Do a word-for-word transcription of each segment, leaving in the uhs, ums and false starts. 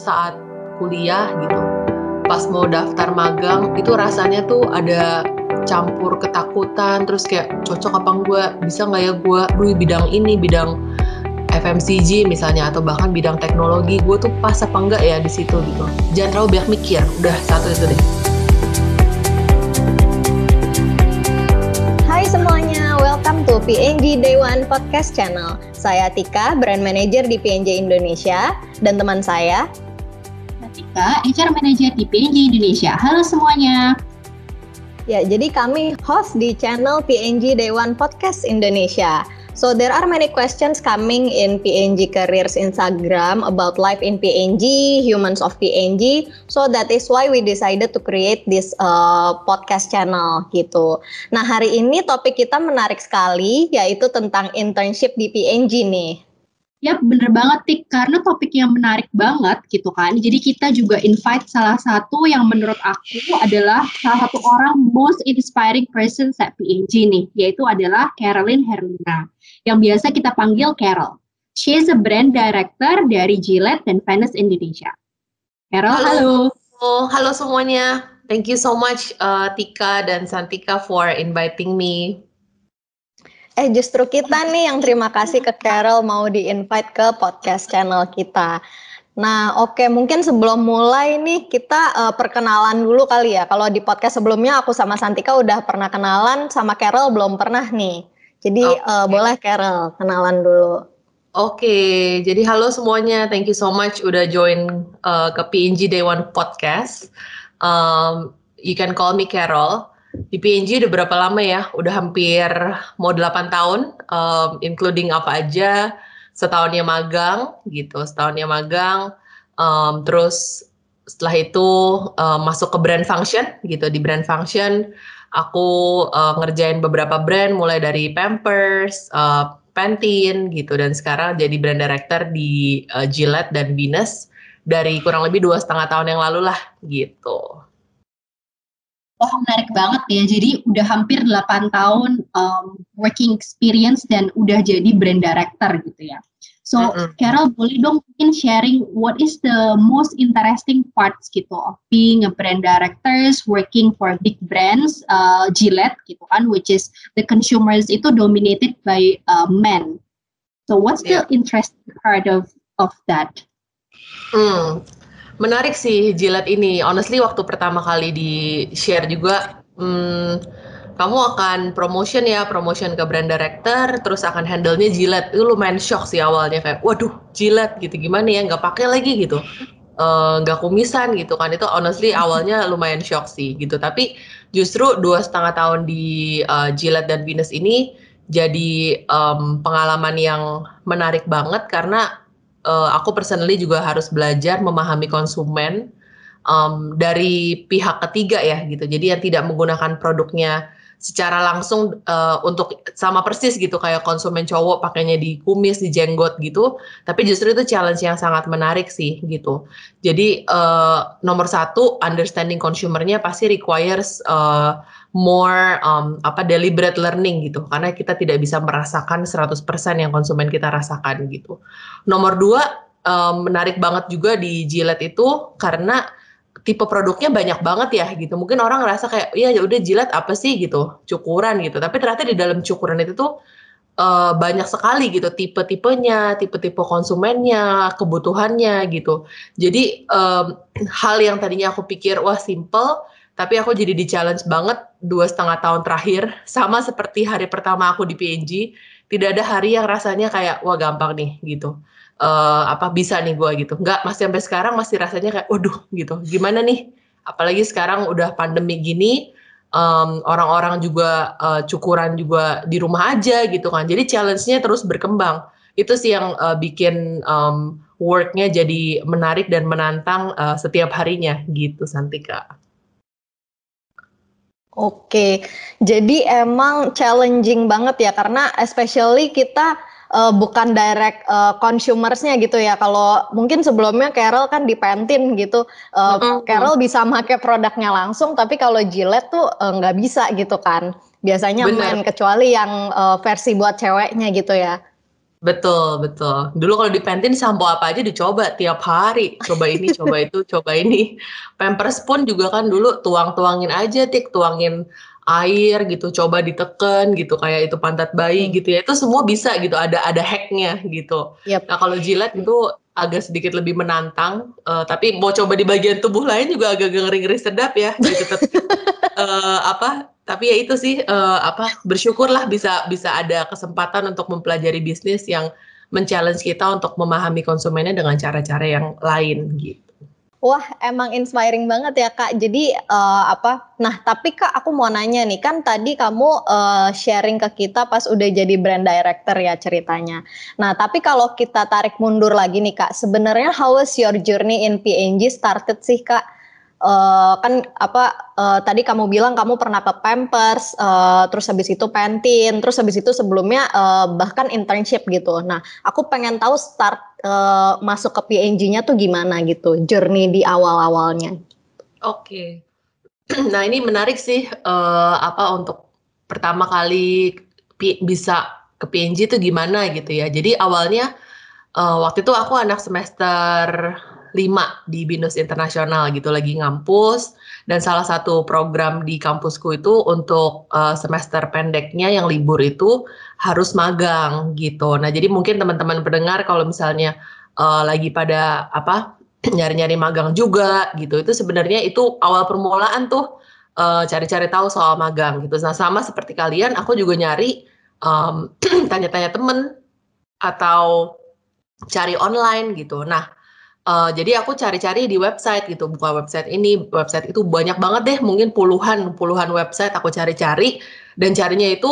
saat kuliah gitu. Pas mau daftar magang itu rasanya tuh ada campur ketakutan, terus kayak cocok apa enggak, bisa nggak ya gue, duh bidang ini, bidang F M C G misalnya, atau bahkan bidang teknologi, gue tuh pas apa enggak ya di situ gitu. Jangan terlalu banyak mikir, udah satu itu deh. Hai semuanya, welcome to P N G Day One Podcast Channel. Saya Tika, Brand Manager di P N G Indonesia, dan teman saya Tika, H R Manager di P N G Indonesia. Halo semuanya. Ya, jadi kami host di channel P N G Day One Podcast Indonesia. So there are many questions coming in P N G Careers Instagram about life in P N G, humans of P N G. So that is why we decided to create this uh, podcast channel gitu. Nah, hari ini topik kita menarik sekali, yaitu tentang internship di P N G nih. Ya bener banget Tik, karena topik yang menarik banget gitu kan. Jadi kita juga invite salah satu yang menurut aku adalah salah satu orang most inspiring person at P N G nih, yaitu adalah Carolyn Herlina, yang biasa kita panggil Carol. She is a brand director dari Gillette dan Vans Indonesia. Carol, halo. Halo, halo semuanya. Thank you so much uh, Tika dan Santika for inviting me. Eh justru kita nih yang terima kasih ke Carol mau di-invite ke podcast channel kita. Nah oke, okay, mungkin sebelum mulai nih kita uh, perkenalan dulu kali ya. Kalau di podcast sebelumnya aku sama Santika udah pernah kenalan, sama Carol belum pernah nih. Jadi okay. uh, boleh Carol kenalan dulu. Oke, okay, jadi halo semuanya. Thank you so much udah join uh, ke P N G Day One Podcast. Um, you can call me Carol. Di P N G udah berapa lama ya? Udah hampir mau delapan tahun, um, including apa aja, setahunnya magang gitu, setahunnya magang, um, terus setelah itu um, masuk ke brand function gitu. Di brand function, aku uh, ngerjain beberapa brand, mulai dari Pampers, uh, Pantene gitu, dan sekarang jadi brand director di uh, Gillette dan Vans dari kurang lebih dua setengah tahun yang lalu lah gitu. Wah, menarik banget ya. Jadi udah hampir delapan tahun um, working experience dan udah jadi brand director gitu ya. So, mm-hmm. Carol, boleh dong mungkin sharing what is the most interesting parts gitu of being a brand directors, working for big brands, uh, Gillette gitu kan, which is the consumers itu dominated by uh, men. So, what's yeah. the interesting part of of that? Hmm. Menarik sih Gillette ini. Honestly waktu pertama kali di share juga, hmm, kamu akan promotion ya, promotion ke brand director, terus akan handle-nya Gillette. Itu lumayan shock sih awalnya, kayak waduh Gillette gitu, gimana ya, nggak pakai lagi gitu, uh, nggak kumisan gitu kan. Itu honestly awalnya lumayan shock sih gitu. Tapi justru dua setengah tahun di uh, Gillette dan Vans ini jadi um, pengalaman yang menarik banget karena Uh, aku personally juga harus belajar memahami konsumen um, dari pihak ketiga ya gitu. Jadi yang tidak menggunakan produknya secara langsung uh, untuk sama persis gitu kayak konsumen cowok pakainya di kumis, di jenggot gitu. Tapi justru itu challenge yang sangat menarik sih gitu. Jadi uh, nomor satu, understanding consumernya pasti requires uh, more um, apa deliberate learning gitu, karena kita tidak bisa merasakan seratus persen yang konsumen kita rasakan gitu. Nomor dua, um, menarik banget juga di Gillette itu karena tipe produknya banyak banget ya gitu. Mungkin orang ngerasa kayak ya udah Gillette apa sih gitu, cukuran gitu. Tapi ternyata di dalam cukuran itu tuh uh, banyak sekali gitu tipe-tipenya, tipe-tipe konsumennya, kebutuhannya gitu. Jadi um, hal yang tadinya aku pikir wah simple, tapi aku jadi di-challenge banget dua setengah tahun terakhir. Sama seperti hari pertama aku di P N G, tidak ada hari yang rasanya kayak, wah gampang nih gitu. Uh, apa bisa nih gue gitu. Enggak, masih sampai sekarang masih rasanya kayak, waduh gitu. Gimana nih? Apalagi sekarang udah pandemi gini, um, orang-orang juga uh, cukuran juga di rumah aja gitu kan. Jadi challenge-nya terus berkembang. Itu sih yang uh, bikin um, work-nya jadi menarik dan menantang uh, setiap harinya gitu, Santika. Oke, jadi emang challenging banget ya karena especially kita uh, bukan direct uh, consumersnya gitu ya. Kalau mungkin sebelumnya Carol kan di Pantene gitu, uh, mm-hmm. Carol bisa pakai produknya langsung, tapi kalau Gillette tuh nggak uh, bisa gitu kan. Biasanya men, kecuali yang uh, versi buat ceweknya gitu ya. Betul, betul. Dulu kalau di Pantene sampo apa aja dicoba tiap hari. Coba ini, coba itu, coba ini. Pampers pun juga kan dulu tuang-tuangin aja, Tik, tuangin air gitu, coba diteken gitu, kayak itu pantat bayi Hmm. gitu ya. Itu semua bisa gitu, ada ada hacknya gitu. Yep. Nah kalau jilat itu agak sedikit lebih menantang, uh, tapi mau coba di bagian tubuh lain juga agak ngeri-ngeri sedap ya gitu. uh, apa tapi ya itu sih uh, apa bersyukurlah bisa bisa ada kesempatan untuk mempelajari bisnis yang men-challenge kita untuk memahami konsumennya dengan cara-cara yang lain gitu. Wah, emang inspiring banget ya Kak. Jadi uh, apa? Nah, tapi Kak, aku mau nanya nih, kan tadi kamu uh, sharing ke kita pas udah jadi brand director ya ceritanya. Nah, tapi kalau kita tarik mundur lagi nih Kak, sebenarnya how was your journey in P and G started sih Kak? Uh, kan apa uh, tadi kamu bilang kamu pernah ke Pampers, uh, terus habis itu Pantene, terus habis itu sebelumnya uh, bahkan internship gitu. Nah, aku pengen tahu start uh, masuk ke P and G-nya tuh gimana gitu, journey di awal-awalnya. Oke, okay. Nah ini menarik sih uh, apa untuk pertama kali P- bisa ke P and G itu gimana gitu ya. Jadi awalnya uh, waktu itu aku anak semester lima di Binus Internasional gitu, lagi ngampus, dan salah satu program di kampusku itu untuk uh, semester pendeknya yang libur itu harus magang gitu. Nah jadi mungkin teman-teman pendengar kalau misalnya uh, lagi pada apa nyari-nyari magang juga gitu, itu sebenarnya itu awal permulaan tuh uh, cari-cari tahu soal magang gitu. Nah sama seperti kalian, aku juga nyari um, tanya-tanya temen atau cari online gitu. Nah, uh, jadi aku cari-cari di website gitu, buka website ini, website itu, banyak banget deh, mungkin puluhan, puluhan website aku cari-cari, dan carinya itu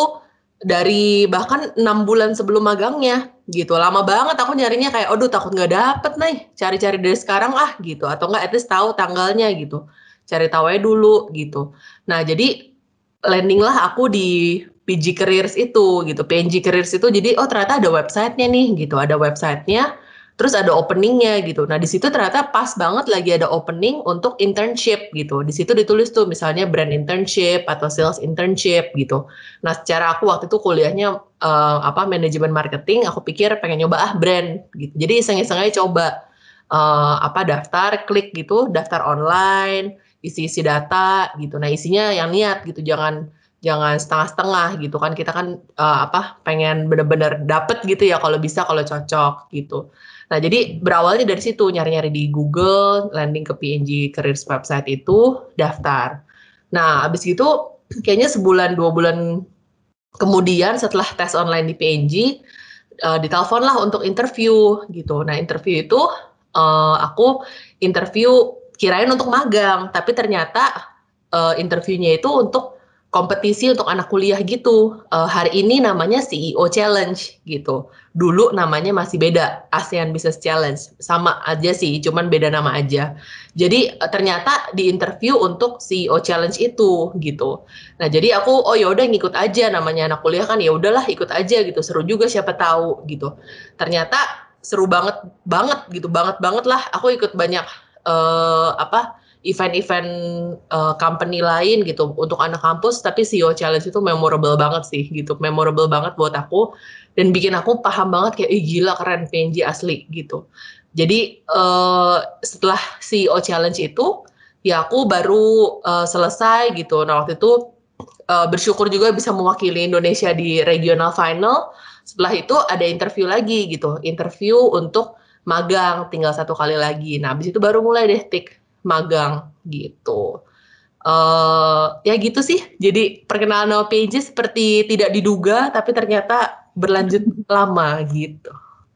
dari bahkan enam bulan sebelum magangnya gitu. Lama banget aku nyarinya, kayak, aduh takut nggak dapet nih, cari-cari dari sekarang ah gitu, atau nggak at least tahu tanggalnya gitu. Cari tahu aja dulu gitu. Nah, jadi landing lah aku di P G Careers itu gitu, P N G Careers itu. Jadi oh ternyata ada websitenya nih gitu, ada websitenya, terus ada openingnya gitu. Nah di situ ternyata pas banget lagi ada opening untuk internship gitu. Di situ ditulis tuh misalnya brand internship atau sales internship gitu. Nah secara aku waktu itu kuliahnya uh, apa manajemen marketing, aku pikir pengen nyoba ah brand gitu. Jadi iseng-iseng aja coba uh, apa daftar, klik gitu, daftar online, isi-isi data gitu. Nah isinya yang niat gitu, jangan jangan setengah-setengah gitu kan, kita kan uh, apa pengen bener-bener dapet gitu ya kalau bisa, kalau cocok gitu. Nah jadi berawalnya dari situ, nyari-nyari di Google, landing ke P and G Careers website itu, daftar. Nah abis gitu kayaknya sebulan dua bulan kemudian setelah tes online di P and G, uh, ditelepon lah untuk interview gitu. Nah interview itu uh, aku interview kirain untuk magang, tapi ternyata uh, interviewnya itu untuk kompetisi untuk anak kuliah gitu. Uh, hari ini namanya C E O Challenge gitu. Dulu namanya masih beda, ASEAN Business Challenge. Sama aja sih, cuman beda nama aja. Jadi uh, ternyata di interview untuk C E O Challenge itu gitu. Nah, jadi aku oh ya udah ngikut aja, namanya anak kuliah kan, ya udahlah ikut aja gitu. Seru juga siapa tahu gitu. Ternyata seru banget banget gitu, banget banget lah. Aku ikut banyak uh, apa event-event uh, company lain gitu untuk anak kampus, tapi C E O Challenge itu memorable banget sih gitu. Memorable banget buat aku dan bikin aku paham banget kayak ih gila keren P and G asli gitu. Jadi uh, setelah C E O Challenge itu ya aku baru uh, selesai gitu. Nah, waktu itu uh, bersyukur juga bisa mewakili Indonesia di regional final. Setelah itu ada interview lagi gitu, interview untuk magang tinggal satu kali lagi. Nah, habis itu baru mulai deh tik magang gitu. Uh, ya gitu sih. Jadi perkenalan sama P and G seperti tidak diduga, tapi ternyata berlanjut lama gitu.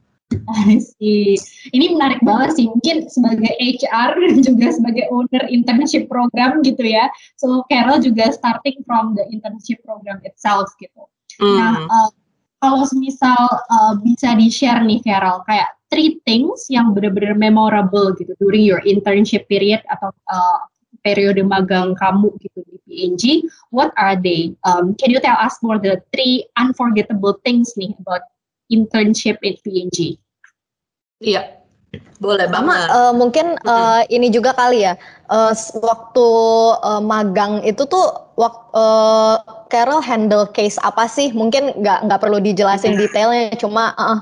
sih. Ini menarik banget sih, mungkin sebagai H R dan juga sebagai owner internship program gitu ya. So Carol juga starting from the internship program itself gitu. Mm. Nah, uh, kalau misal uh, bisa di-share nih Carol, kayak three things yang benar-benar memorable gitu during your internship period atau uh, periode magang kamu gitu di P and G, what are they? Um, can you tell us more the three unforgettable things nih about internship at P and G? Iya, boleh banget. Sama uh, mungkin uh, ini juga kali ya, uh, waktu uh, magang itu tuh waktu uh, Carol handle case apa sih? Mungkin nggak nggak perlu dijelasin detailnya, cuma uh,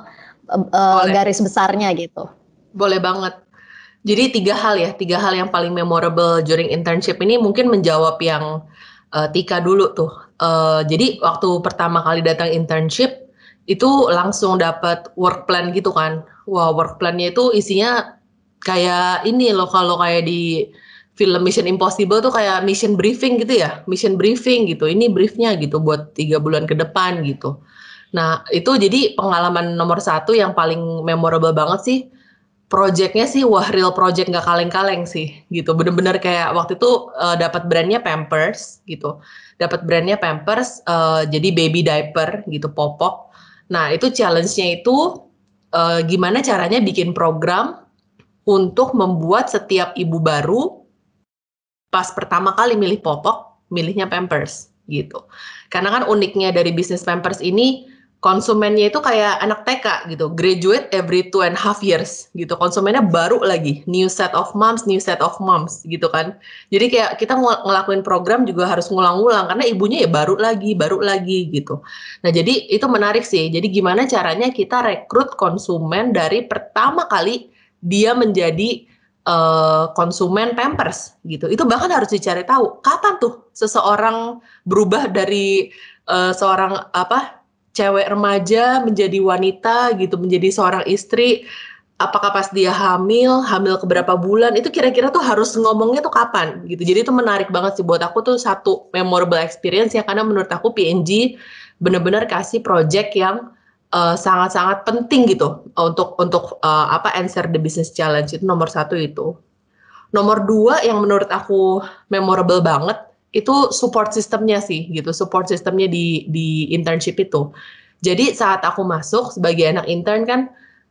uh, garis besarnya gitu. Boleh banget. Jadi tiga hal ya, tiga hal yang paling memorable during internship ini mungkin menjawab yang uh, Tika dulu tuh. Uh, jadi waktu pertama kali datang internship itu langsung dapat work plan gitu kan. Wah, work plan-nya itu isinya kayak ini loh, kalau kayak di film Mission Impossible tuh kayak mission briefing gitu ya, mission briefing gitu. Ini briefnya gitu buat tiga bulan ke depan gitu. Nah itu jadi pengalaman nomor satu yang paling memorable banget sih. Projectnya sih wah, real project nggak kaleng-kaleng sih gitu. Bener-bener kayak waktu itu uh, dapat brandnya Pampers gitu. Dapat brandnya Pampers, uh, jadi baby diaper gitu, popok. Nah itu challenge-nya itu uh, gimana caranya bikin program untuk membuat setiap ibu baru pas pertama kali milih popok, milihnya Pampers gitu. Karena kan uniknya dari bisnis Pampers ini, konsumennya itu kayak anak T K gitu, graduate every two and a half years gitu. Konsumennya baru lagi, new set of moms, new set of moms gitu kan. Jadi kayak kita ng ngelakuin program juga harus ngulang-ngulang karena ibunya ya baru lagi, baru lagi gitu. Nah jadi itu menarik sih. Jadi gimana caranya kita rekrut konsumen dari pertama kali dia menjadi uh, konsumen Pampers gitu. Itu bahkan harus dicari tahu kapan tuh seseorang berubah dari uh, seorang apa cewek remaja menjadi wanita gitu, menjadi seorang istri. Apakah pas dia hamil, hamil keberapa bulan, itu kira-kira tuh harus ngomongnya tuh kapan gitu. Jadi itu menarik banget sih buat aku tuh satu memorable experience ya, karena menurut aku P and G bener-bener kasih project yang uh, sangat-sangat penting gitu untuk untuk uh, apa answer the business challenge. Itu nomor satu itu. Nomor dua yang menurut aku memorable banget itu support sistemnya sih gitu, support sistemnya di di internship itu. Jadi saat aku masuk sebagai anak intern kan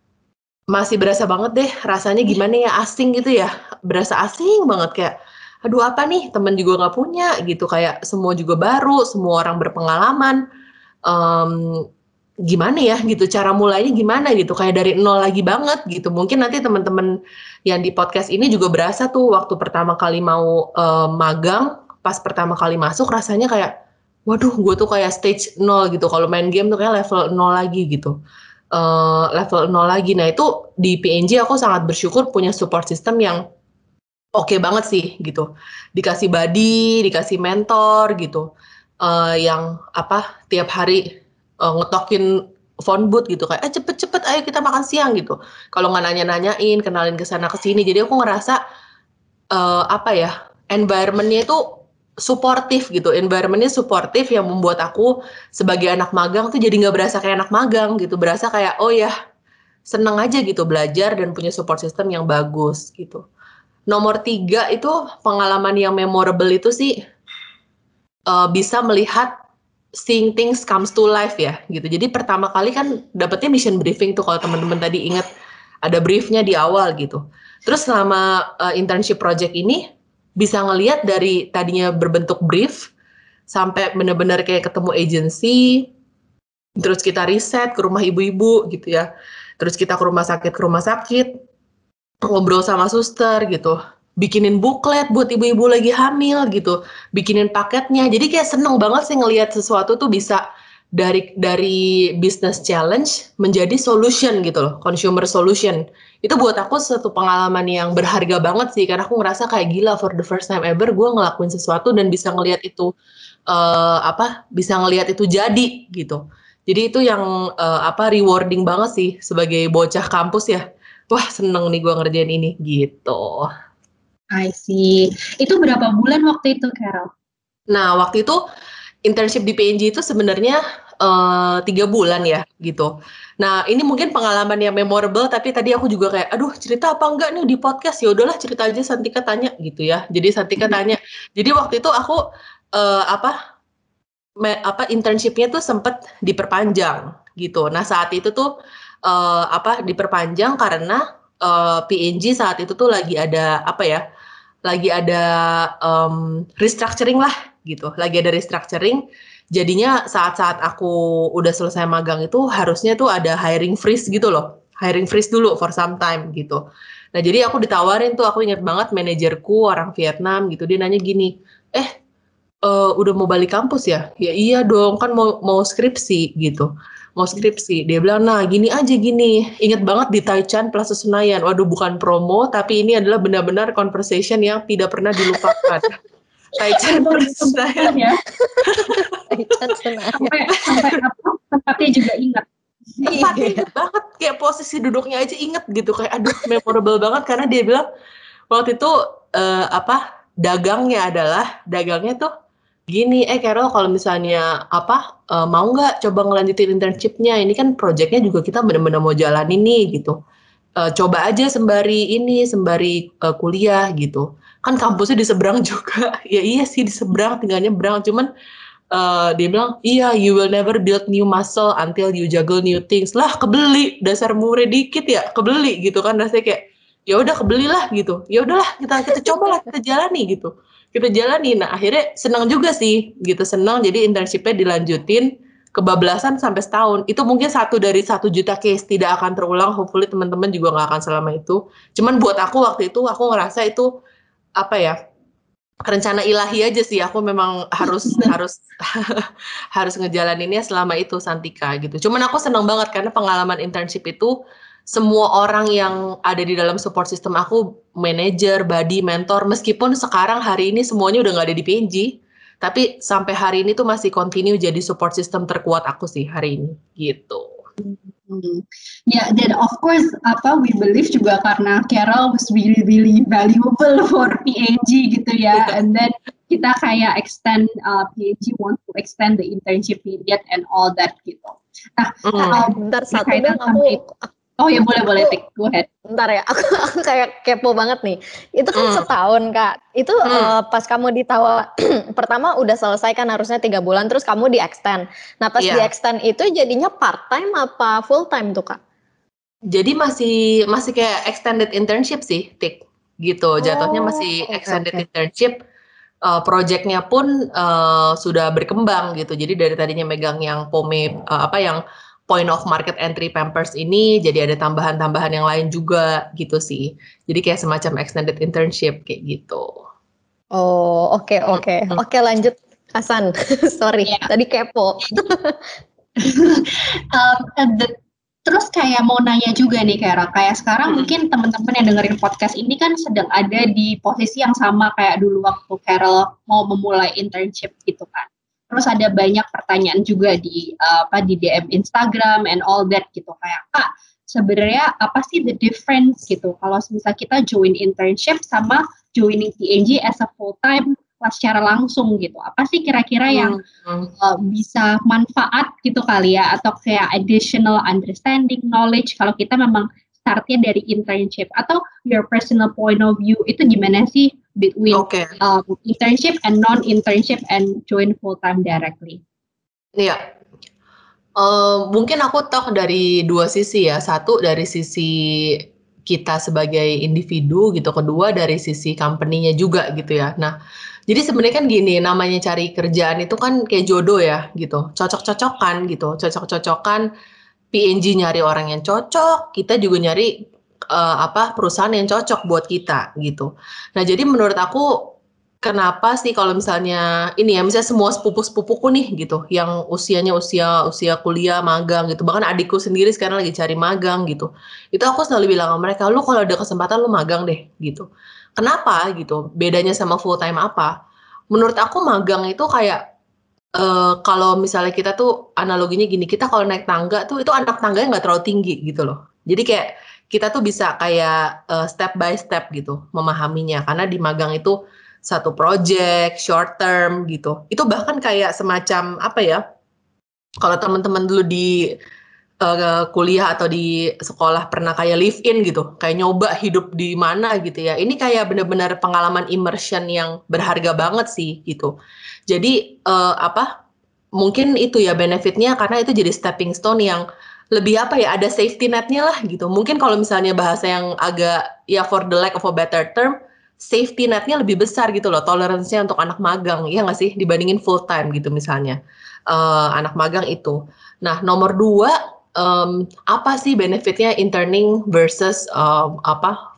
masih berasa banget deh rasanya gimana ya, asing gitu ya, berasa asing banget kayak aduh apa nih, temen juga nggak punya gitu, kayak semua juga baru, semua orang berpengalaman. Um, gimana ya gitu, cara mulainya gimana gitu, kayak dari nol lagi banget gitu. Mungkin nanti teman-teman yang di podcast ini juga berasa tuh waktu pertama kali mau uh, magang, pas pertama kali masuk rasanya kayak waduh gue tuh kayak stage nol gitu, kalau main game tuh kayak level nol lagi gitu. Uh, level nol lagi. Nah itu di P and G aku sangat bersyukur punya support system yang oke okay banget sih gitu, dikasih buddy, dikasih mentor gitu, uh, yang apa tiap hari uh, ngetokin phone booth gitu kayak eh cepet-cepet ayo kita makan siang gitu. Kalau nggak nanya-nanyain, kenalin ke sana ke sini. Jadi aku ngerasa uh, apa ya, environment-nya itu suportif gitu, environment-nya suportif yang membuat aku sebagai anak magang tuh jadi nggak berasa kayak anak magang gitu, berasa kayak oh ya seneng aja gitu belajar dan punya support system yang bagus gitu. Nomor tiga itu pengalaman yang memorable itu sih uh, bisa melihat seeing things comes to life ya gitu. Jadi pertama kali kan dapetnya mission briefing tuh, kalau teman-teman tadi ingat ada briefnya di awal gitu. Terus selama uh, internship project ini bisa ngelihat dari tadinya berbentuk brief sampai benar-benar kayak ketemu agency, terus kita riset ke rumah ibu-ibu gitu ya. Terus kita ke rumah sakit ke rumah sakit, ngobrol sama suster gitu, bikinin buklet buat ibu-ibu lagi hamil gitu, bikinin paketnya. Jadi kayak seneng banget sih ngelihat sesuatu tuh bisa dari dari business challenge menjadi solution gitu loh, consumer solution. Itu buat aku satu pengalaman yang berharga banget sih, karena aku ngerasa kayak gila, for the first time ever gue ngelakuin sesuatu dan bisa ngelihat itu uh, apa bisa ngelihat itu jadi gitu. Jadi itu yang uh, apa rewarding banget sih sebagai bocah kampus ya. Wah seneng nih gue ngerjain ini gitu. I see. Itu berapa bulan waktu itu, Carol? Nah waktu itu internship di P and G itu sebenarnya uh, tiga bulan ya gitu. Nah ini mungkin pengalaman yang memorable, tapi tadi aku juga kayak aduh cerita apa enggak nih di podcast, ya udahlah cerita aja, Santika tanya gitu ya. Jadi Santika tanya. Jadi waktu itu aku uh, apa me, apa internshipnya tuh sempet diperpanjang gitu. Nah saat itu tuh uh, apa diperpanjang karena uh, P and G saat itu tuh lagi ada apa ya, lagi ada um, restructuring lah gitu, lagi ada restructuring. Jadinya saat-saat aku udah selesai magang itu harusnya tuh ada hiring freeze gitu loh, hiring freeze dulu for some time gitu. Nah jadi aku ditawarin tuh, aku inget banget manajerku orang Vietnam gitu, dia nanya gini, eh uh, udah mau balik kampus ya? Ya iya dong, kan mau mau skripsi gitu. Mau skripsi. Dia bilang, nah gini aja gini. Ingat banget di Taichan Plaza Senayan. Waduh, bukan promo, tapi ini adalah benar-benar conversation yang tidak pernah dilupakan. Taichan Plaza Senayan. Ya. Taichan Senayan. Sampai, sampai apa, tempatnya juga ingat. Tempatnya ingat banget. Kayak posisi duduknya aja inget gitu. Kayak aduh, memorable banget. Karena dia bilang, waktu itu uh, apa dagangnya adalah, dagangnya tuh gini, eh Carol kalau misalnya apa uh, mau nggak coba ngelanjutin internship-nya, ini kan project-nya juga kita benar-benar mau jalanin nih gitu, uh, coba aja sembari ini sembari uh, kuliah gitu, kan kampusnya di seberang juga. Ya iya sih di seberang, tinggal nyebrang, cuman uh, dia bilang iya you will never build new muscle until you juggle new things. Lah kebeli, dasar murah dikit ya kebeli gitu kan, rasanya kayak ya udah kebelilah gitu, ya udahlah kita kita cobalah kita jalani gitu. Kita jalani. Nah akhirnya senang juga sih gitu, senang jadi internship-nya dilanjutin kebablasan sampai setahun. Itu mungkin satu dari satu juta case, tidak akan terulang. Hopefully teman-teman juga nggak akan selama itu. Cuman buat aku waktu itu aku ngerasa itu apa ya, rencana ilahi aja sih. Aku memang harus harus harus ngejalaninnya selama itu Santika gitu. Cuman aku senang banget karena pengalaman internship itu semua orang yang ada di dalam support system aku, manajer, buddy, mentor, meskipun sekarang hari ini semuanya udah nggak ada di P N G, tapi sampai hari ini tuh masih continue jadi support system terkuat aku sih hari ini, gitu. Hmm. Ya, dan of course apa we believe juga karena Carol was really really valuable for P N G gitu ya, and then kita kayak extend uh, P N G want to extend the internship period and all that gitu. Nah, mm. um, bentar satu dong aku. Oh ya boleh boleh Tik, go ahead. Bentar ya, aku, aku kayak kepo banget nih. Itu kan hmm. setahun Kak. Itu hmm. uh, pas kamu ditawa pertama udah selesai kan harusnya tiga bulan, terus kamu di extend. Nah pas yeah. di extend itu jadinya part time apa full time tuh Kak? Jadi masih masih kayak extended internship sih Tik, gitu. Jatuhnya oh, masih okay, extended okay. internship. Uh, projectnya pun uh, sudah berkembang gitu. Jadi dari tadinya megang yang pome uh, apa yang point of market entry Pampers ini, jadi ada tambahan-tambahan yang lain juga gitu sih. Jadi kayak semacam extended internship kayak gitu. Oh oke okay, oke okay. oke okay, lanjut Hasan. Sorry yeah. tadi kepo. um, the, terus kayak mau nanya juga nih Carol, kayak sekarang hmm. mungkin teman-teman yang dengerin podcast ini kan sedang ada di posisi yang sama kayak dulu waktu Carol mau memulai internship gitu kan. Terus ada banyak pertanyaan juga di uh, apa di D M Instagram and all that gitu, kayak Kak sebenarnya apa sih the difference gitu kalau misalnya kita join internship sama joining P N G as a full time secara langsung gitu, apa sih kira-kira yang hmm. uh, bisa manfaat gitu kali ya, atau kayak additional understanding knowledge kalau kita memang startnya dari internship, atau your personal point of view itu gimana sih between okay. um, internship and non-internship and join full-time directly? Iya, uh, mungkin aku talk dari dua sisi ya. Satu dari sisi kita sebagai individu gitu, kedua dari sisi company-nya juga gitu ya. Nah, jadi sebenarnya kan gini, namanya cari kerjaan itu kan kayak jodoh ya gitu, cocok-cocokan gitu, cocok-cocokan. P N G nyari orang yang cocok, kita juga nyari uh, apa perusahaan yang cocok buat kita gitu. Nah jadi menurut aku kenapa sih kalau misalnya ini ya, misalnya semua sepupu-sepupuku nih gitu, yang usianya usia usia kuliah magang gitu, bahkan adikku sendiri sekarang lagi cari magang gitu, itu aku selalu bilang sama mereka, lu kalau ada kesempatan lu magang deh gitu. Kenapa gitu? Bedanya sama full time apa? Menurut aku magang itu kayak Uh, kalau misalnya kita tuh analoginya gini, kita kalau naik tangga tuh itu anak tangganya nggak terlalu tinggi gitu loh. Jadi kayak kita tuh bisa kayak uh, step by step gitu memahaminya, karena di magang itu satu project short term gitu. Itu bahkan kayak semacam apa ya? Kalau teman-teman dulu di uh, kuliah atau di sekolah pernah kayak live in gitu, kayak nyoba hidup di mana gitu ya. Ini kayak benar-benar pengalaman immersion yang berharga banget sih gitu. Jadi uh, apa? Mungkin itu ya benefitnya, karena itu jadi stepping stone yang lebih apa ya, ada safety net-nya lah gitu. Mungkin kalau misalnya bahasa yang agak ya for the lack of a better term, safety net-nya lebih besar gitu loh, toleransinya untuk anak magang, ya nggak sih, dibandingin full time gitu misalnya. Uh, anak magang itu. Nah nomor dua, um, apa sih benefitnya interning versus um, apa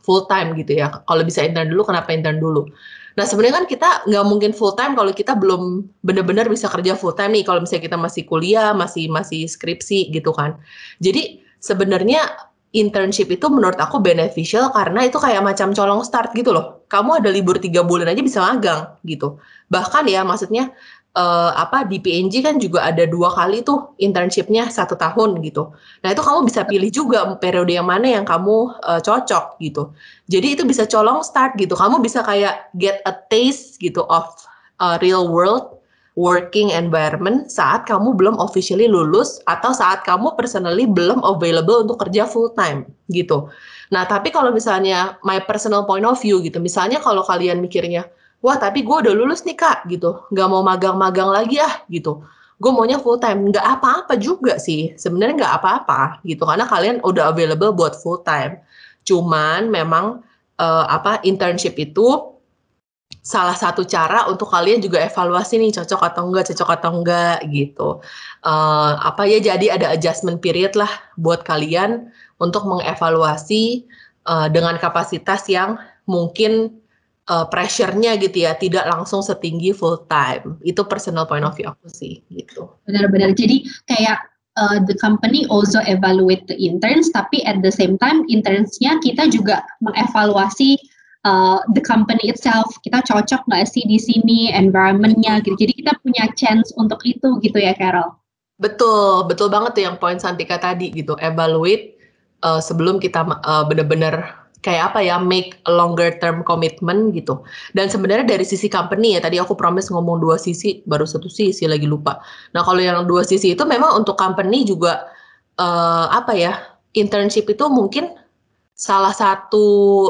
full time gitu ya. Kalau bisa intern dulu, kenapa intern dulu? Nah sebenarnya kan kita nggak mungkin full time kalau kita belum benar-benar bisa kerja full time nih. Kalau misalnya kita masih kuliah, masih masih skripsi gitu kan. Jadi sebenarnya internship itu menurut aku beneficial karena itu kayak macam colong start gitu loh. Kamu ada libur tiga bulan aja bisa magang gitu. Bahkan ya maksudnya uh, apa di P N G kan juga ada dua kali tuh internshipnya satu tahun gitu. Nah itu kamu bisa pilih juga periode yang mana yang kamu uh, cocok gitu. Jadi itu bisa colong start gitu. Kamu bisa kayak get a taste gitu of uh, real world working environment saat kamu belum officially lulus atau saat kamu personally belum available untuk kerja full time gitu. Nah tapi kalau misalnya my personal point of view gitu, misalnya kalau kalian mikirnya wah tapi gue udah lulus nih kak gitu, nggak mau magang-magang lagi ah gitu, gue maunya full time, nggak apa-apa juga sih sebenarnya, nggak apa-apa gitu karena kalian udah available buat full time. Cuman memang uh, apa internship itu salah satu cara untuk kalian juga evaluasi nih cocok atau enggak, cocok atau enggak gitu. Uh, apa ya jadi ada adjustment period lah buat kalian untuk mengevaluasi uh, dengan kapasitas yang mungkin uh, pressure-nya gitu ya tidak langsung setinggi full time. Itu personal point of view aku sih gitu. Benar-benar. Jadi kayak uh, the company also evaluate the interns, tapi at the same time interns-nya kita juga mengevaluasi uh, the company itself. Kita cocok nggak sih di sini environment-nya gitu. Jadi kita punya chance untuk itu gitu ya Carol. Betul, betul banget tuh yang poin Santika tadi gitu. Evaluate uh, sebelum kita uh, benar-benar kayak apa ya, make a longer term commitment gitu. Dan sebenarnya dari sisi company ya, tadi aku promise ngomong dua sisi, baru satu sisi lagi lupa. Nah kalau yang dua sisi itu memang untuk company juga uh, apa ya, internship itu mungkin salah satu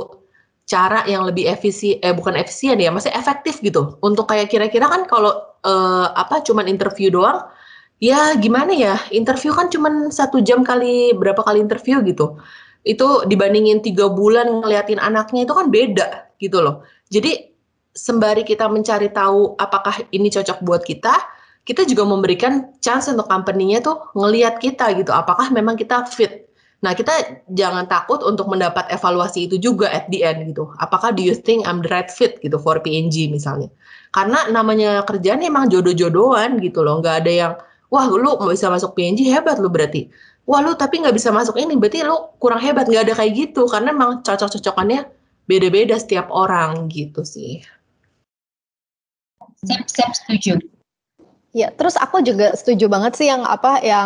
cara yang lebih efisien, eh bukan efisien ya, masih efektif gitu. Untuk kayak kira-kira kan kalau uh, apa cuman interview doang, ya gimana ya, interview kan cuman satu jam kali berapa kali interview gitu. Itu dibandingin tiga bulan ngeliatin anaknya itu kan beda gitu loh. Jadi sembari kita mencari tahu apakah ini cocok buat kita, kita juga memberikan chance untuk company-nya tuh ngeliat kita gitu, apakah memang kita fit. Nah kita jangan takut untuk mendapat evaluasi itu juga at the end gitu. Apakah do you think I'm the right fit gitu for P N G misalnya. Karena namanya kerjaan emang jodoh-jodohan gitu loh, nggak ada yang wah lu bisa masuk P N G hebat lu berarti. Wah lu tapi nggak bisa masuk ini berarti lu kurang hebat. Nggak ada kayak gitu karena memang cocok-cocokannya beda-beda setiap orang gitu sih. Siap-siap setuju. Ya, terus aku juga setuju banget sih yang apa yang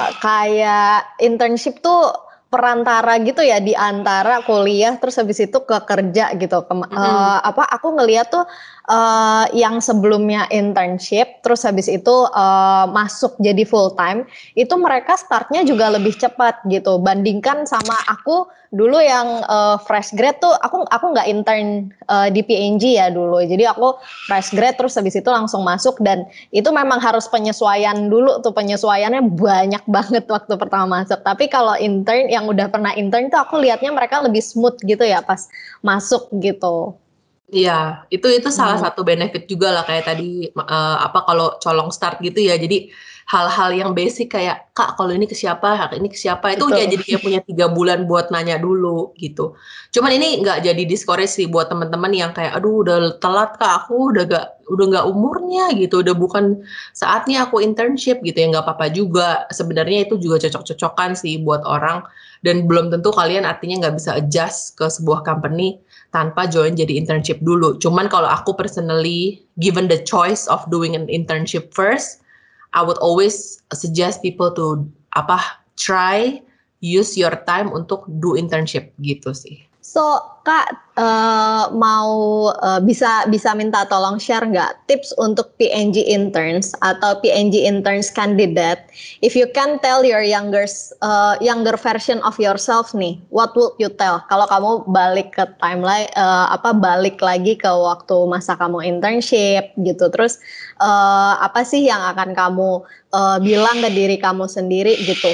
kayak internship tuh perantara gitu ya di antara kuliah terus habis itu ke kerja gitu. Ke, mm-hmm. uh, apa aku ngeliat tuh uh, yang sebelumnya internship terus habis itu uh, masuk jadi full time itu mereka startnya juga lebih cepat gitu bandingkan sama aku dulu yang uh, fresh grad tuh aku aku nggak intern uh, di P N G ya dulu. Jadi aku fresh grad terus habis itu langsung masuk dan itu memang harus penyesuaian dulu tuh, penyesuaiannya banyak banget waktu pertama masuk. Tapi kalau intern yang udah pernah intern tuh aku lihatnya mereka lebih smooth gitu ya pas masuk gitu. Iya, itu itu salah hmm. satu benefit juga lah kayak tadi uh, apa kalau colong start gitu ya. Jadi hal-hal yang basic kayak kak kalau ini ke siapa, kak ini ke siapa itu Betul. Ya jadi kayak punya tiga bulan buat nanya dulu gitu. Cuman ini nggak jadi discourage sih buat teman-teman yang kayak aduh udah telat kak aku udah gak udah nggak umurnya gitu, udah bukan saatnya aku internship gitu ya nggak apa-apa juga. Sebenarnya itu juga cocok-cocokan sih buat orang dan belum tentu kalian artinya nggak bisa adjust ke sebuah company tanpa join jadi internship dulu. Cuman kalau aku personally given the choice of doing an internship first, I would always suggest people to apa try use your time untuk do internship gitu sih. So kak uh, mau uh, bisa bisa minta tolong share nggak tips untuk P N G interns atau P N G interns candidate? If you can tell your younger uh, younger version of yourself nih, what would you tell? Kalau kamu balik ke timeline uh, apa balik lagi ke waktu masa kamu internship gitu, terus uh, apa sih yang akan kamu uh, bilang ke diri kamu sendiri gitu?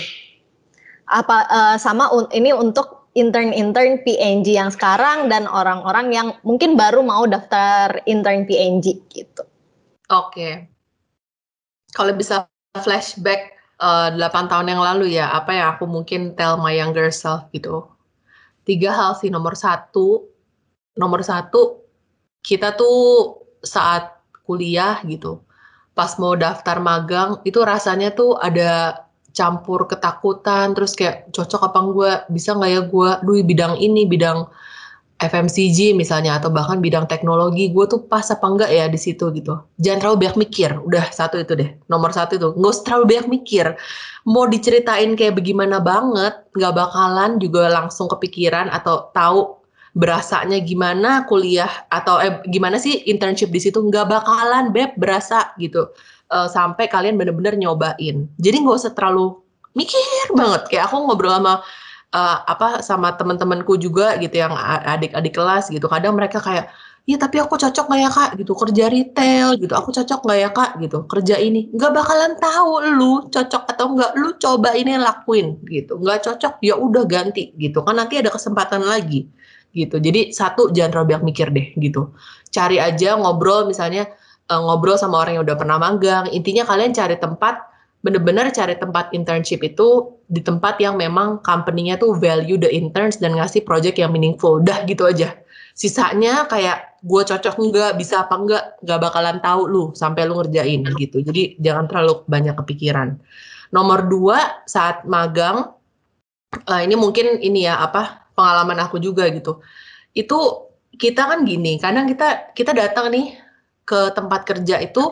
Apa uh, sama un- ini untuk intern-intern P N G yang sekarang dan orang-orang yang mungkin baru mau daftar intern P N G gitu. Oke. Okay. Kalau bisa flashback uh, delapan tahun yang lalu ya, apa yang aku mungkin tell my younger self gitu. Tiga hal sih. Nomor satu, nomor satu kita tuh saat kuliah gitu, pas mau daftar magang itu rasanya tuh ada campur ketakutan, terus kayak cocok apa enggak, bisa nggak ya gue, duh bidang ini, bidang F M C G misalnya, atau bahkan bidang teknologi, gue tuh pas apa enggak ya di situ gitu. Jangan terlalu banyak mikir, udah satu itu deh, nomor satu itu, nggak usah terlalu banyak mikir. Mau diceritain kayak bagaimana banget, nggak bakalan juga langsung kepikiran atau tahu berasanya gimana kuliah atau eh, gimana sih internship di situ, nggak bakalan beb berasa gitu. Eh, sampai kalian bener-bener nyobain. Jadi nggak usah terlalu mikir banget. Kayak aku ngobrol sama uh, apa sama teman-temanku juga gitu yang adik-adik kelas gitu, kadang mereka kayak, iya tapi aku cocok nggak ya kak gitu kerja retail gitu, aku cocok nggak ya kak gitu kerja ini, nggak bakalan tahu lu cocok atau nggak, lu coba ini lakuin gitu, nggak cocok ya udah ganti gitu kan, nanti ada kesempatan lagi gitu. Jadi satu, jangan terlalu banyak mikir deh gitu, cari aja ngobrol misalnya, uh, ngobrol sama orang yang udah pernah magang, intinya kalian cari tempat, bener-bener cari tempat internship itu di tempat yang memang company-nya tuh value the interns dan ngasih project yang meaningful. Dah gitu aja. Sisanya kayak gue cocok enggak, bisa apa enggak, nggak bakalan tahu lu sampai lu ngerjain gitu. Jadi jangan terlalu banyak kepikiran. Nomor dua, saat magang, uh, ini mungkin ini ya apa pengalaman aku juga gitu. Itu kita kan gini, kadang kita kita datang nih ke tempat kerja itu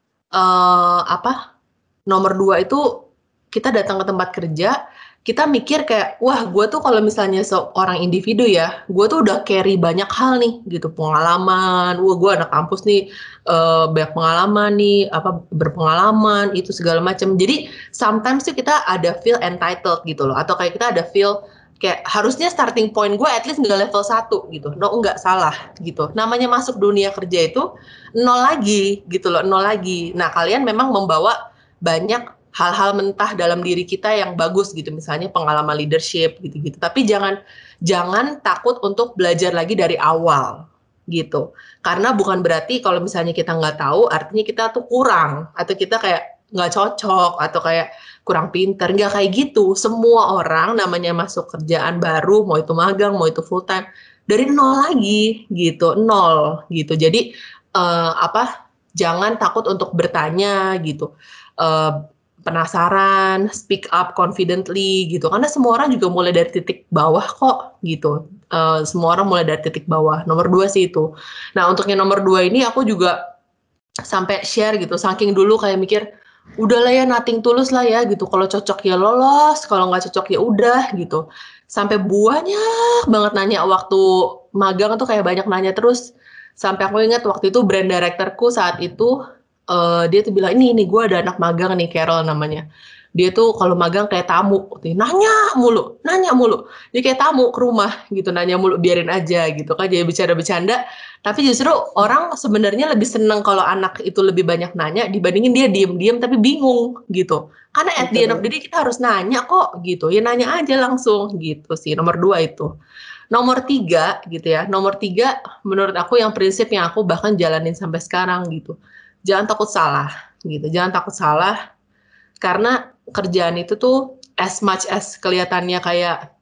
uh, apa nomor dua itu kita datang ke tempat kerja, kita mikir kayak, wah gue tuh kalau misalnya seorang individu ya, gue tuh udah carry banyak hal nih gitu, pengalaman, wah gue anak kampus nih, uh, banyak pengalaman nih, apa berpengalaman itu segala macam. Jadi sometimes tuh kita ada feel entitled gitu loh, atau kayak kita ada feel kayak harusnya starting point gue at least nggak level satu gitu. No, nggak salah gitu. Namanya masuk dunia kerja itu nol lagi gitu loh, nol lagi. Nah kalian memang membawa banyak hal-hal mentah dalam diri kita yang bagus gitu, misalnya pengalaman leadership gitu-gitu. Tapi jangan jangan takut untuk belajar lagi dari awal gitu. Karena bukan berarti kalau misalnya kita nggak tahu, artinya kita tuh kurang atau kita kayak nggak cocok atau kayak kurang pinter. Nggak kayak gitu. Semua orang namanya masuk kerjaan baru, mau itu magang, mau itu full time, dari nol lagi gitu, nol gitu. Jadi uh, apa? Jangan takut untuk bertanya gitu. Uh, penasaran, speak up confidently gitu. Karena semua orang juga mulai dari titik bawah kok gitu. Uh, semua orang mulai dari titik bawah. Nomor dua sih itu. Nah untuk yang nomor dua ini aku juga sampai share gitu. Saking dulu kayak mikir, udahlah ya nothing tulus lah ya gitu. Kalau cocok ya lolos, kalau nggak cocok ya udah gitu. Sampai banyak banget nanya waktu magang tuh kayak banyak nanya terus. Sampai aku ingat waktu itu brand directorku saat itu, uh, dia tuh bilang, ini, ini gue ada anak magang nih, Carol namanya. Dia tuh kalau magang kayak tamu, nanya mulu, nanya mulu. Dia kayak tamu ke rumah gitu, nanya mulu, biarin aja gitu kan, jadi bercanda-bercanda. Tapi justru orang sebenarnya lebih seneng kalau anak itu lebih banyak nanya dibandingin dia diem-diem tapi bingung gitu. Karena at the end of the day kita harus nanya kok gitu, ya nanya aja langsung gitu sih. Nomor dua itu. Nomor tiga gitu ya, nomor tiga menurut aku yang prinsip yang aku bahkan jalanin sampai sekarang gitu. Jangan takut salah gitu, jangan takut salah karena kerjaan itu tuh as much as kelihatannya kayak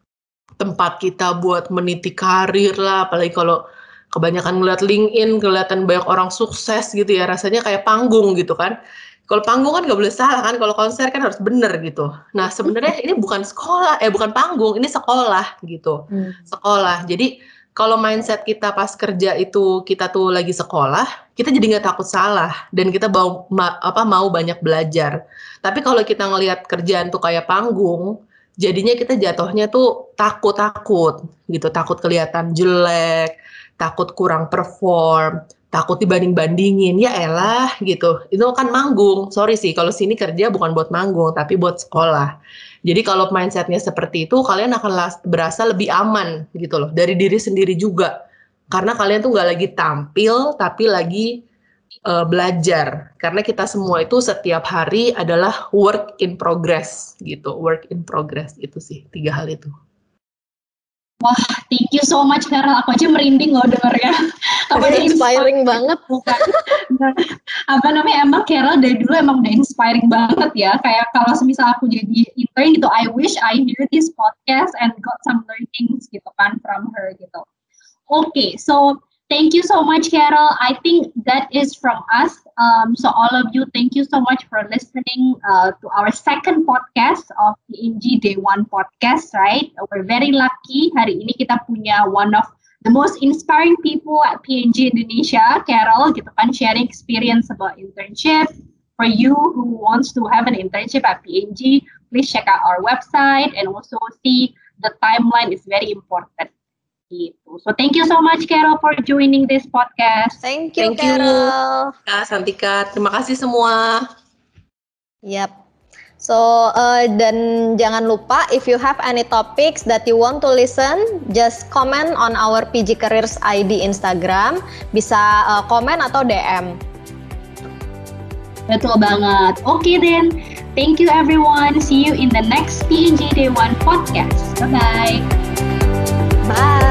tempat kita buat meniti karir lah, apalagi kalau kebanyakan ngeliat LinkedIn, kelihatan banyak orang sukses gitu ya, rasanya kayak panggung gitu kan. Kalau panggung kan nggak boleh salah kan, kalau konser kan harus bener gitu. Nah sebenarnya ini bukan sekolah, eh bukan panggung, ini sekolah gitu, hmm. sekolah. Jadi kalau mindset kita pas kerja itu kita tuh lagi sekolah, kita jadi nggak takut salah dan kita mau ma, apa mau banyak belajar. Tapi kalau kita ngelihat kerjaan tuh kayak panggung, jadinya kita jatuhnya tuh takut-takut gitu, takut kelihatan jelek, takut kurang perform, takut dibanding-bandingin, ya elah gitu. Itu kan manggung. Sorry sih, kalau sini kerja bukan buat manggung, tapi buat sekolah. Jadi kalau mindsetnya seperti itu, kalian akan berasa lebih aman gitu loh, dari diri sendiri juga. Karena kalian tuh nggak lagi tampil, tapi lagi uh, belajar. Karena kita semua itu setiap hari adalah work in progress gitu, work in progress itu sih, tiga hal itu. Wah, thank you so much Carol. Aku aja merinding loh dengernya. Apa ada inspiring banget. Bukan. Nah, apa namanya, emang Carol dari dulu emang udah inspiring banget ya. Kayak kalau semisal aku jadi intern gitu, I wish I hear this podcast and got some learnings gitu kan from her gitu. Okay, so thank you so much, Carol. I think that is from us. Um, so all of you, thank you so much for listening uh, to our second podcast of P N G Day One podcast, right? We're very lucky. Hari ini kita punya one of the most inspiring people at P N G Indonesia, Carol, gitu kan, sharing experience about internship. For you who wants to have an internship at P N G, please check out our website and also see the timeline is very important. Gitu. So thank you so much, Carol, for joining this podcast. Thank you, Thank you. Carol. Kak Santika, terima kasih semua. Yep. So, uh, dan jangan lupa, if you have any topics that you want to listen, just comment on our P G Careers I D Instagram. Bisa uh, komen atau D M. Betul banget. Okay then, thank you everyone. See you in the next P N G Day One podcast. Bye-bye. Bye.